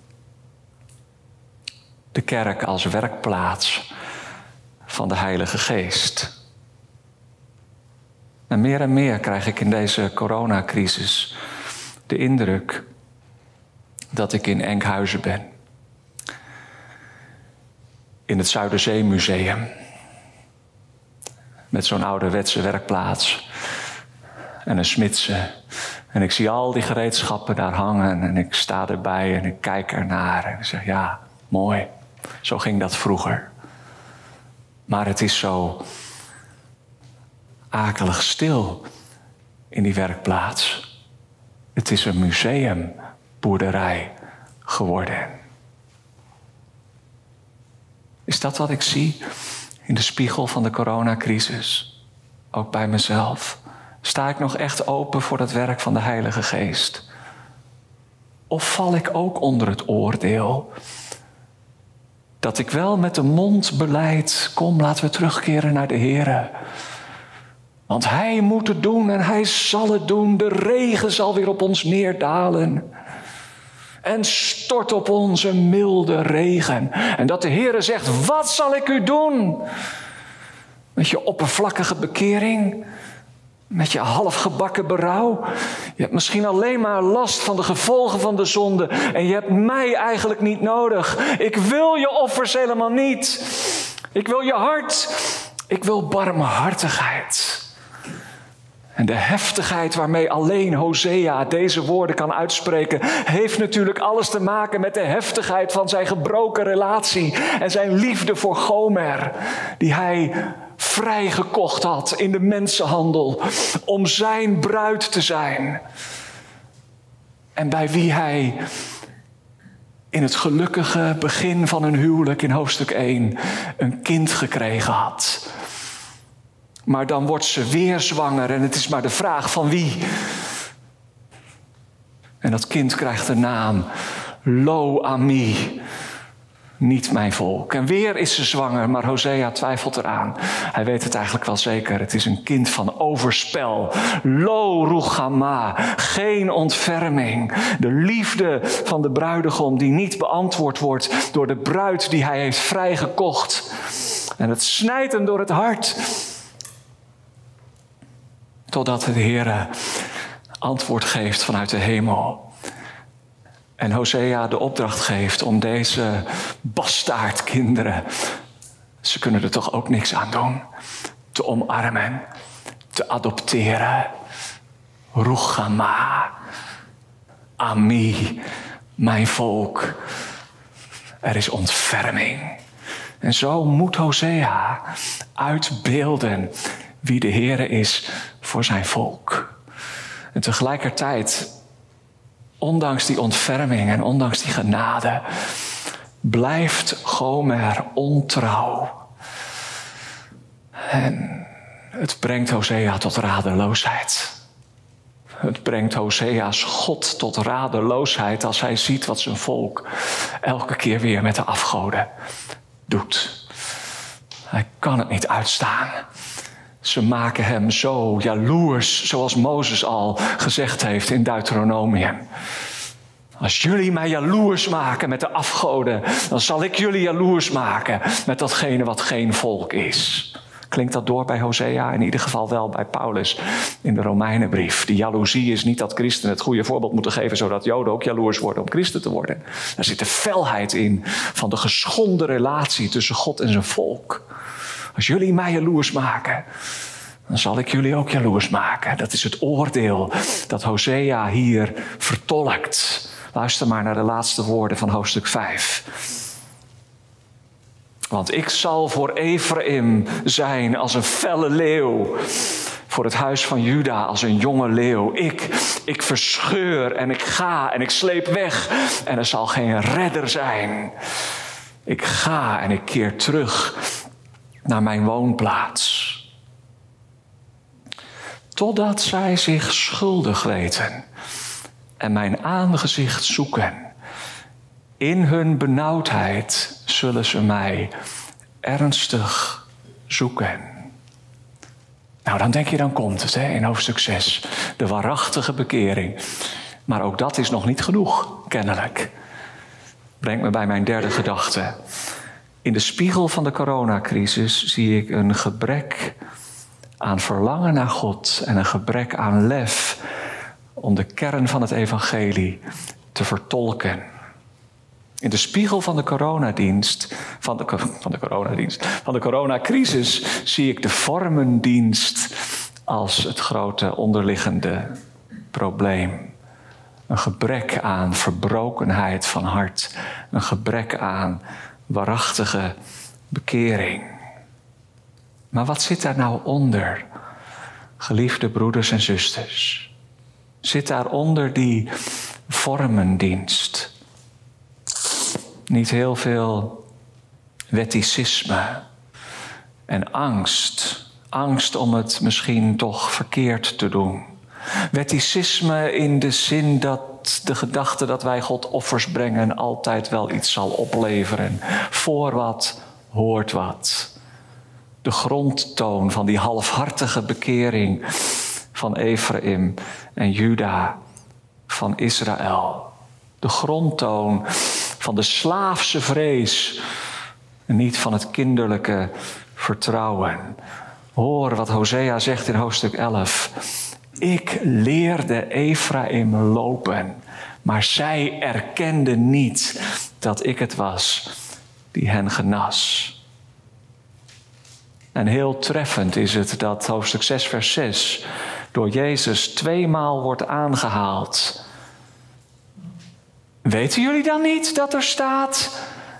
De kerk als werkplaats van de Heilige Geest. En meer krijg ik in deze coronacrisis de indruk dat ik in Enkhuizen ben. In het Zuiderzeemuseum. Met zo'n ouderwetse werkplaats. En een smidse. En ik zie al die gereedschappen daar hangen. En ik sta erbij en ik kijk ernaar. En ik zeg, ja, mooi. Zo ging dat vroeger. Maar het is zo akelig stil in die werkplaats. Het is een museumboerderij geworden. Is dat wat ik zie in de spiegel van de coronacrisis? Ook bij mezelf. Sta ik nog echt open voor het werk van de Heilige Geest? Of val ik ook onder het oordeel? Dat ik wel met de mond belijd, kom, laten we terugkeren naar de Heere. Want Hij moet het doen en Hij zal het doen. De regen zal weer op ons neerdalen. En stort op ons een milde regen. En dat de Heere zegt, wat zal ik u doen? Met je oppervlakkige bekering? Met je halfgebakken berouw? Je hebt misschien alleen maar last van de gevolgen van de zonde. En je hebt mij eigenlijk niet nodig. Ik wil je offers helemaal niet. Ik wil je hart. Ik wil barmhartigheid. En de heftigheid waarmee alleen Hosea deze woorden kan uitspreken, heeft natuurlijk alles te maken met de heftigheid van zijn gebroken relatie en zijn liefde voor Gomer, die hij vrijgekocht had in de mensenhandel om zijn bruid te zijn. En bij wie hij in het gelukkige begin van hun huwelijk in hoofdstuk 1 een kind gekregen had. Maar dan wordt ze weer zwanger en het is maar de vraag van wie. En dat kind krijgt de naam Lo-Ami, niet mijn volk. En weer is ze zwanger, maar Hosea twijfelt eraan. Hij weet het eigenlijk wel zeker. Het is een kind van overspel. Lo-Ruchama, geen ontferming. De liefde van de bruidegom die niet beantwoord wordt door de bruid die hij heeft vrijgekocht. En het snijdt hem door het hart. Totdat de Heere antwoord geeft vanuit de hemel. En Hosea de opdracht geeft om deze bastaardkinderen, ze kunnen er toch ook niks aan doen, te omarmen, te adopteren. Ruchama, Ami, mijn volk. Er is ontferming. En zo moet Hosea uitbeelden wie de Heere is voor zijn volk. En tegelijkertijd, ondanks die ontferming en ondanks die genade, blijft Gomer ontrouw. En het brengt Hosea tot radeloosheid. Het brengt Hosea's God tot radeloosheid als hij ziet wat zijn volk elke keer weer met de afgoden doet. Hij kan het niet uitstaan. Ze maken hem zo jaloers, zoals Mozes al gezegd heeft in Deuteronomium. Als jullie mij jaloers maken met de afgoden, dan zal ik jullie jaloers maken met datgene wat geen volk is. Klinkt dat door bij Hosea? In ieder geval wel bij Paulus in de Romeinenbrief. Die jaloezie is niet dat christenen het goede voorbeeld moeten geven, zodat Joden ook jaloers worden om christen te worden. Daar zit de felheid in van de geschonden relatie tussen God en zijn volk. Als jullie mij jaloers maken, dan zal ik jullie ook jaloers maken. Dat is het oordeel dat Hosea hier vertolkt. Luister maar naar de laatste woorden van hoofdstuk 5. Want ik zal voor Ephraim zijn als een felle leeuw. Voor het huis van Juda als een jonge leeuw. Ik verscheur en ik ga en ik sleep weg. En er zal geen redder zijn. Ik ga en ik keer terug naar mijn woonplaats. Totdat zij zich schuldig weten en mijn aangezicht zoeken. In hun benauwdheid zullen ze mij ernstig zoeken. Nou, dan denk je, dan komt het, in hoofdstuk 6. De waarachtige bekering. Maar ook dat is nog niet genoeg, kennelijk. Brengt me bij mijn derde gedachte. In de spiegel van de coronacrisis zie ik een gebrek aan verlangen naar God en een gebrek aan lef om de kern van het evangelie te vertolken. In de spiegel van de coronacrisis zie ik de vormendienst als het grote onderliggende probleem. Een gebrek aan verbrokenheid van hart, een gebrek aan waarachtige bekering. Maar wat zit daar nou onder, geliefde broeders en zusters? Zit daaronder die vormendienst? Niet heel veel wetticisme en angst. Angst om het misschien toch verkeerd te doen. Wetticisme in de zin dat dat de gedachte dat wij God offers brengen altijd wel iets zal opleveren. Voor wat hoort wat. De grondtoon van die halfhartige bekering van Efraïm en Juda, van Israël. De grondtoon van de slaafse vrees en niet van het kinderlijke vertrouwen. Hoor wat Hosea zegt in hoofdstuk 11. Ik leerde Efraïm lopen, maar zij erkenden niet dat ik het was die hen genas. En heel treffend is het dat hoofdstuk 6 vers 6 door Jezus 2 maal wordt aangehaald. Weten jullie dan niet dat er staat: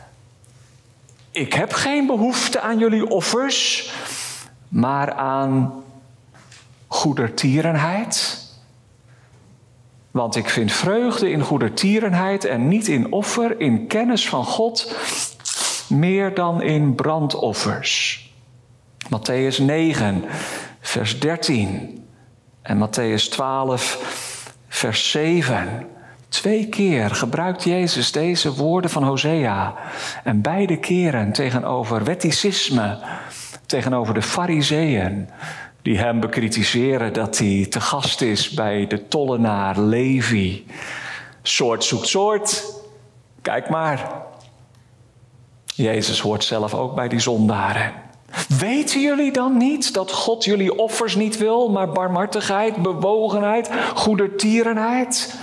ik heb geen behoefte aan jullie offers, maar aan goedertierenheid? Want ik vind vreugde in goedertierenheid en niet in offer, in kennis van God, meer dan in brandoffers. Matthäus 9, vers 13 en Matthäus 12, vers 7. 2 keer gebruikt Jezus deze woorden van Hosea. En beide keren tegenover wetticisme, tegenover de Farizeeën, die hem bekritiseren dat hij te gast is bij de tollenaar Levi. Soort zoekt soort, kijk maar. Jezus hoort zelf ook bij die zondaren. Weten jullie dan niet dat God jullie offers niet wil, maar barmhartigheid, bewogenheid, goedertierenheid?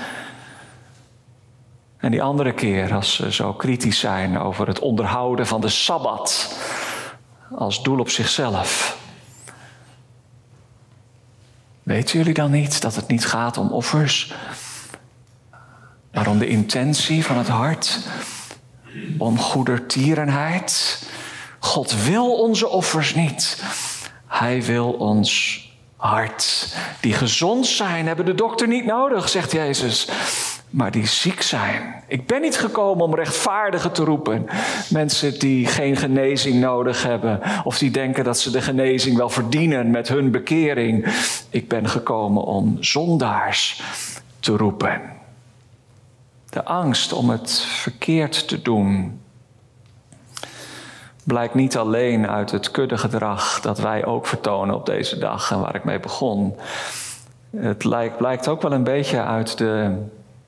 En die andere keer, als ze zo kritisch zijn over het onderhouden van de Sabbat als doel op zichzelf. Weten jullie dan niet dat het niet gaat om offers, maar om de intentie van het hart, om goedertierenheid? God wil onze offers niet. Hij wil ons hart. Die gezond zijn hebben de dokter niet nodig, zegt Jezus, maar die ziek zijn. Ik ben niet gekomen om rechtvaardigen te roepen. Mensen die geen genezing nodig hebben, of die denken dat ze de genezing wel verdienen met hun bekering. Ik ben gekomen om zondaars te roepen. De angst om het verkeerd te doen blijkt niet alleen uit het kuddegedrag dat wij ook vertonen op deze dag en waar ik mee begon. Het blijkt ook wel een beetje uit de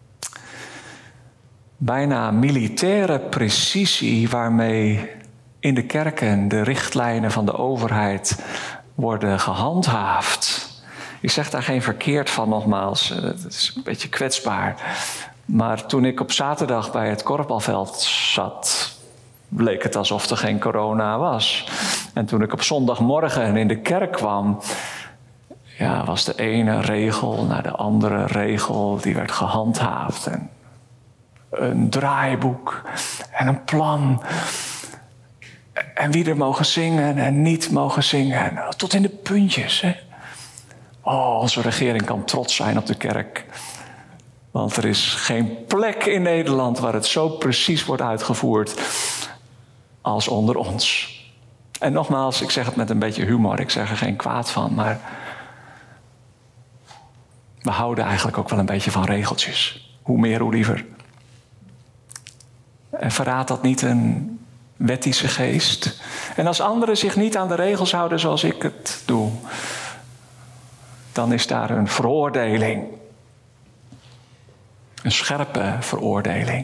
bijna militaire precisie waarmee in de kerken de richtlijnen van de overheid worden gehandhaafd. Ik zeg daar geen verkeerd van, nogmaals, het is een beetje kwetsbaar. Maar toen ik op zaterdag bij het korfbalveld zat, bleek het alsof er geen corona was. En toen ik op zondagmorgen in de kerk kwam, was de ene regel naar de andere regel die werd gehandhaafd. En een draaiboek en een plan. En wie er mogen zingen en niet mogen zingen. Tot in de puntjes. Hè? Oh, onze regering kan trots zijn op de kerk. Want er is geen plek in Nederland waar het zo precies wordt uitgevoerd als onder ons. En nogmaals, ik zeg het met een beetje humor. Ik zeg er geen kwaad van, maar we houden eigenlijk ook wel een beetje van regeltjes. Hoe meer, hoe liever. En verraadt dat niet een wettische geest? En als anderen zich niet aan de regels houden zoals ik het doe, dan is daar een veroordeling. Een scherpe veroordeling.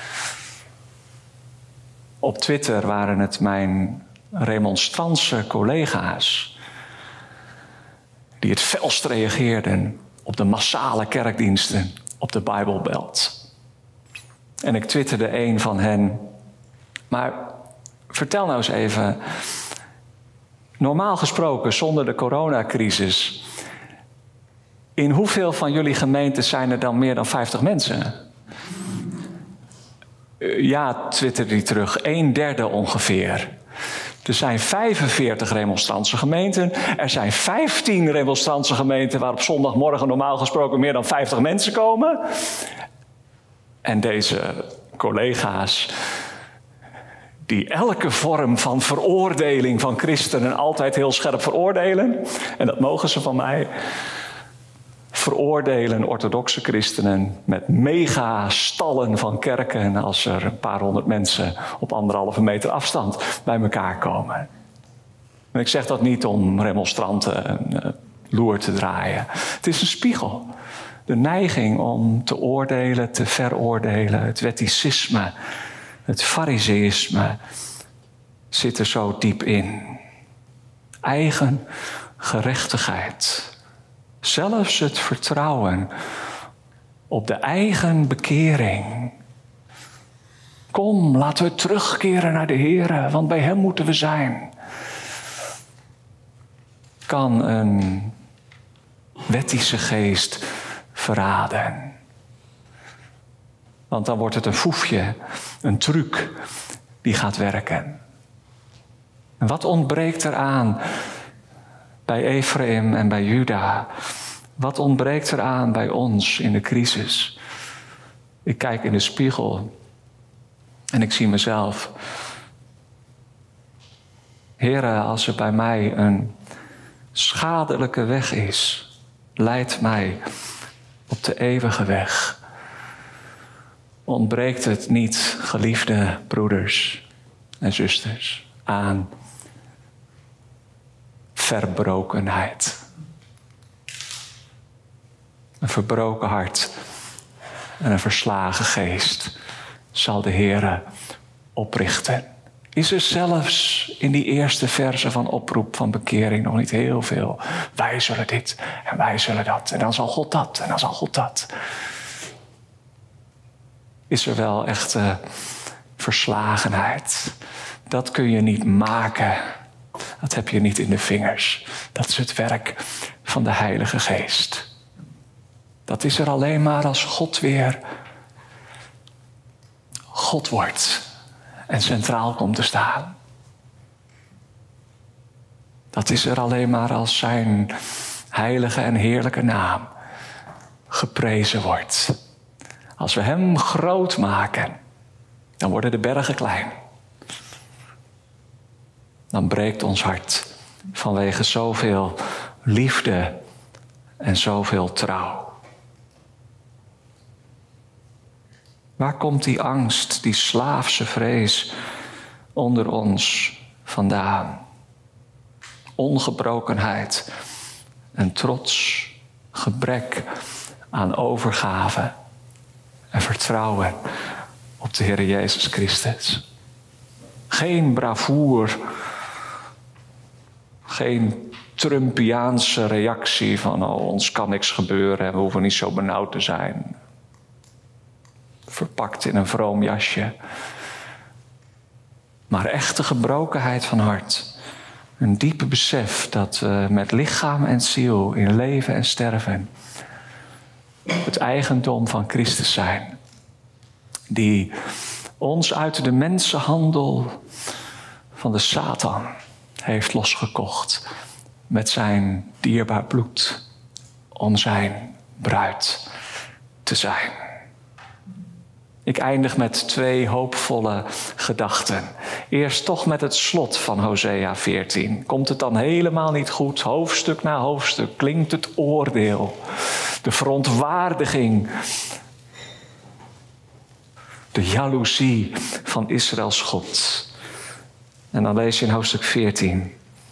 Op Twitter waren het mijn remonstrantse collega's die het felst reageerden op de massale kerkdiensten op de Bijbelbelt. En ik twitterde een van hen: maar vertel nou eens even, normaal gesproken zonder de coronacrisis, in hoeveel van jullie gemeentes zijn er dan meer dan 50 mensen? Ja, twitterde hij terug, 1/3 ongeveer. Er zijn 45 remonstrantse gemeenten. Er zijn 15 remonstrantse gemeenten waar op zondagmorgen normaal gesproken meer dan 50 mensen komen. En deze collega's, die elke vorm van veroordeling van christenen altijd heel scherp veroordelen, en dat mogen ze van mij, veroordelen orthodoxe christenen met megastallen van kerken als er een paar honderd mensen op 1,5 meter afstand bij elkaar komen. En ik zeg dat niet om remonstranten een loer te draaien. Het is een spiegel. De neiging om te oordelen, te veroordelen, het wetticisme, het farizeïsme zit er zo diep in. Eigen gerechtigheid. Zelfs het vertrouwen op de eigen bekering. Kom, laten we terugkeren naar de Heere, want bij Hem moeten we zijn. Kan een wettische geest verraden. Want dan wordt het een foefje, een truc die gaat werken. En wat ontbreekt er aan bij Ephraim en bij Juda? Wat ontbreekt er aan bij ons in de crisis? Ik kijk in de spiegel en ik zie mezelf. Heere, als er bij mij een schadelijke weg is, leid mij op de eeuwige weg. Ontbreekt het niet, geliefde broeders en zusters, aan verbrokenheid. Een verbroken hart en een verslagen geest zal de Heere oprichten. Is er zelfs in die eerste verse van oproep van bekering nog niet heel veel? Wij zullen dit en wij zullen dat. En dan zal God dat en dan zal God dat. Is er wel echte verslagenheid? Dat kun je niet maken. Dat heb je niet in de vingers. Dat is het werk van de Heilige Geest. Dat is er alleen maar als God weer God wordt en centraal komt te staan. Dat is er alleen maar als zijn heilige en heerlijke naam geprezen wordt. Als we Hem groot maken, dan worden de bergen klein. Dan breekt ons hart vanwege zoveel liefde en zoveel trouw. Waar komt die angst, die slaafse vrees onder ons vandaan? Ongebrokenheid en trots, gebrek aan overgave en vertrouwen op de Heer Jezus Christus. Geen bravoer, geen Trumpiaanse reactie van ons kan niks gebeuren en we hoeven niet zo benauwd te zijn. Verpakt in een vroom jasje. Maar echte gebrokenheid van hart. Een diepe besef dat we met lichaam en ziel in leven en sterven het eigendom van Christus zijn. Die ons uit de mensenhandel van de Satan heeft losgekocht met zijn dierbaar bloed om zijn bruid te zijn. Ik eindig met 2 hoopvolle gedachten. Eerst toch met het slot van Hosea 14. Komt het dan helemaal niet goed? Hoofdstuk na hoofdstuk klinkt het oordeel. De verontwaardiging. De jaloezie van Israëls God. En dan lees je in hoofdstuk 14.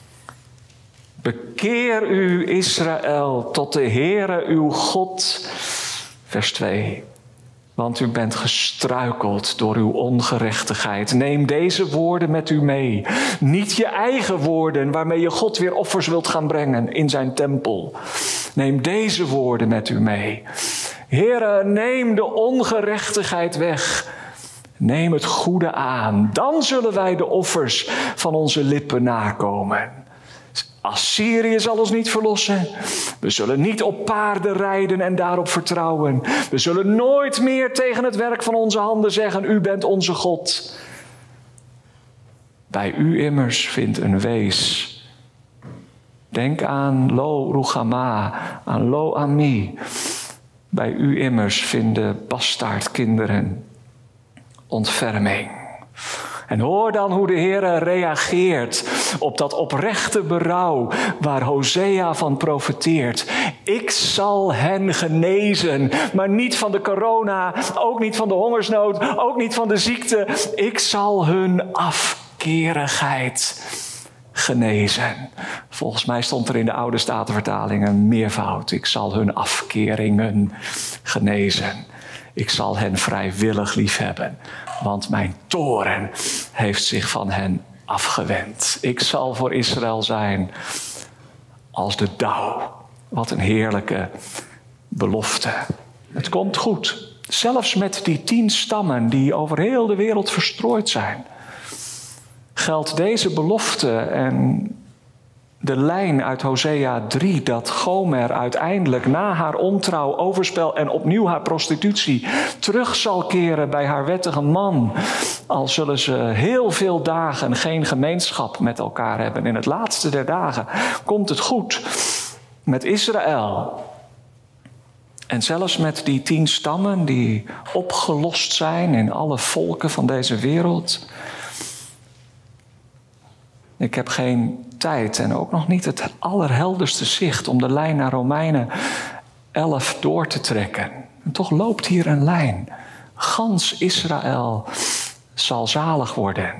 Bekeer u, Israël, tot de Heere uw God. Vers 2. Want u bent gestruikeld door uw ongerechtigheid. Neem deze woorden met u mee. Niet je eigen woorden waarmee je God weer offers wilt gaan brengen in zijn tempel. Neem deze woorden met u mee. Heere, neem de ongerechtigheid weg. Neem het goede aan. Dan zullen wij de offers van onze lippen nakomen. Assyrië zal ons niet verlossen. We zullen niet op paarden rijden en daarop vertrouwen. We zullen nooit meer tegen het werk van onze handen zeggen, u bent onze God. Bij u immers vindt een wees. Denk aan Lo Ruchama, aan Lo Ami. Bij u immers vinden bastaardkinderen ontferming. En hoor dan hoe de Heere reageert op dat oprechte berouw waar Hosea van profeteert. Ik zal hen genezen, maar niet van de corona, ook niet van de hongersnood, ook niet van de ziekte. Ik zal hun afkerigheid genezen. Volgens mij stond er in de oude Statenvertaling een meervoud. Ik zal hun afkeringen genezen. Ik zal hen vrijwillig liefhebben, want mijn toorn heeft zich van hen afgewend. Ik zal voor Israël zijn als de dauw. Wat een heerlijke belofte. Het komt goed. Zelfs met die 10 stammen die over heel de wereld verstrooid zijn, geldt deze belofte en de lijn uit Hosea 3... dat Gomer uiteindelijk na haar ontrouw, overspel en opnieuw haar prostitutie terug zal keren bij haar wettige man. Al zullen ze heel veel dagen geen gemeenschap met elkaar hebben. In het laatste der dagen komt het goed met Israël. En zelfs met die 10 stammen die opgelost zijn in alle volken van deze wereld. Ik heb geen tijd en ook nog niet het allerhelderste zicht om de lijn naar Romeinen 11 door te trekken. En toch loopt hier een lijn. Gans Israël zal zalig worden.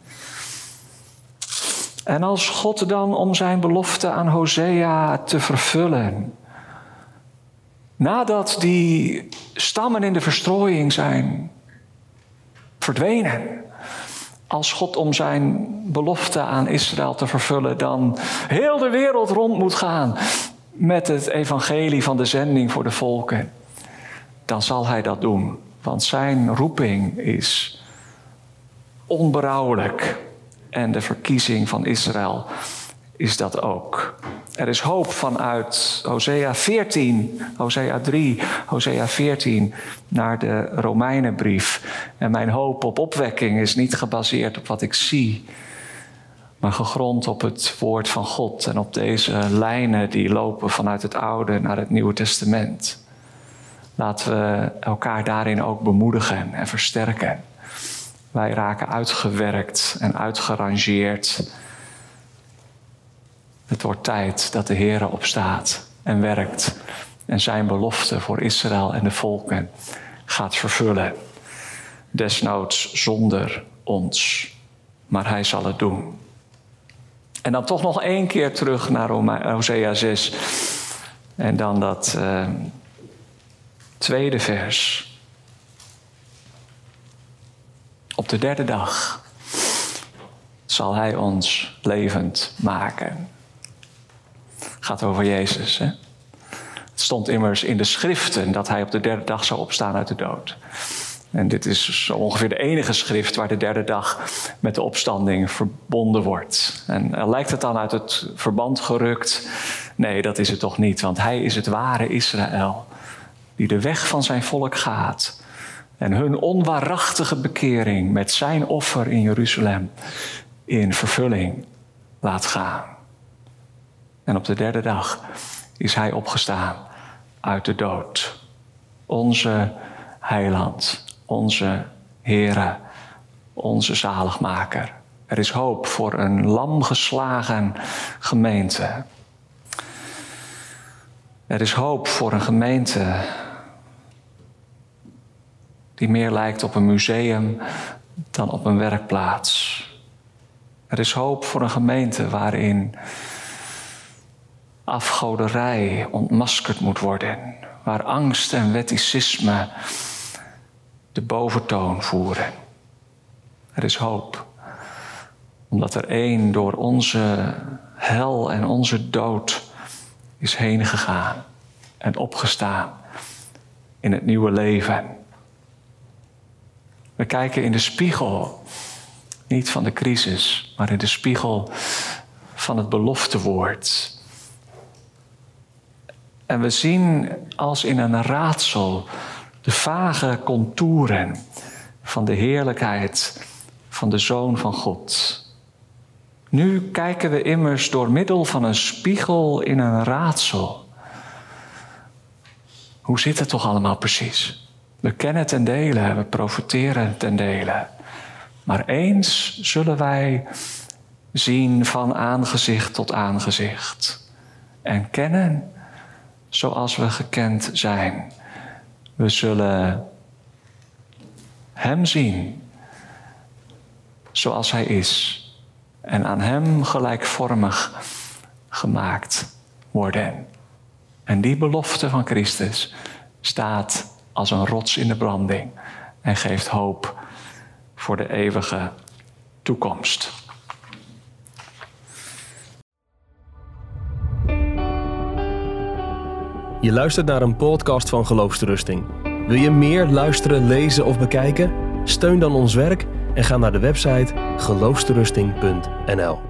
En als God dan om zijn belofte aan Hosea te vervullen, nadat die stammen in de verstrooiing zijn verdwenen, als God om zijn belofte aan Israël te vervullen dan heel de wereld rond moet gaan met het evangelie van de zending voor de volken, dan zal hij dat doen. Want zijn roeping is onberouwelijk. En de verkiezing van Israël is dat ook. Er is hoop vanuit Hosea 14, Hosea 3, Hosea 14 naar de Romeinenbrief. En mijn hoop op opwekking is niet gebaseerd op wat ik zie, maar gegrond op het woord van God en op deze lijnen die lopen vanuit het Oude naar het Nieuwe Testament. Laten we elkaar daarin ook bemoedigen en versterken. Wij raken uitgewerkt en uitgerangeerd. Het wordt tijd dat de Heere opstaat en werkt en zijn belofte voor Israël en de volken gaat vervullen. Desnoods zonder ons, maar hij zal het doen. En dan toch nog 1 keer terug naar Hosea 6 en dan dat tweede vers. Op de 3e dag zal hij ons levend maken. Het gaat over Jezus. Hè? Het stond immers in de schriften dat hij op de 3e dag zou opstaan uit de dood. En dit is zo ongeveer de enige schrift waar de 3e dag met de opstanding verbonden wordt. En lijkt het dan uit het verband gerukt? Nee, dat is het toch niet. Want hij is het ware Israël die de weg van zijn volk gaat en hun onwaarachtige bekering met zijn offer in Jeruzalem in vervulling laat gaan. En op de 3e dag is hij opgestaan uit de dood. Onze heiland, onze Heere, onze zaligmaker. Er is hoop voor een lamgeslagen gemeente. Er is hoop voor een gemeente die meer lijkt op een museum dan op een werkplaats. Er is hoop voor een gemeente waarin afgoderij ontmaskerd moet worden, waar angst en wetticisme de boventoon voeren. Er is hoop, omdat er één door onze hel en onze dood is heen gegaan en opgestaan in het nieuwe leven. We kijken in de spiegel, niet van de crisis, maar in de spiegel van het beloftewoord. En we zien als in een raadsel de vage contouren van de heerlijkheid van de Zoon van God. Nu kijken we immers door middel van een spiegel in een raadsel. Hoe zit het toch allemaal precies? We kennen ten dele, we profiteren ten dele. Maar eens zullen wij zien van aangezicht tot aangezicht. En kennen zoals we gekend zijn. We zullen hem zien zoals hij is. En aan hem gelijkvormig gemaakt worden. En die belofte van Christus staat als een rots in de branding. En geeft hoop voor de eeuwige toekomst. Je luistert naar een podcast van Geloofsterusting. Wil je meer luisteren, lezen of bekijken? Steun dan ons werk en ga naar de website geloofsterusting.nl.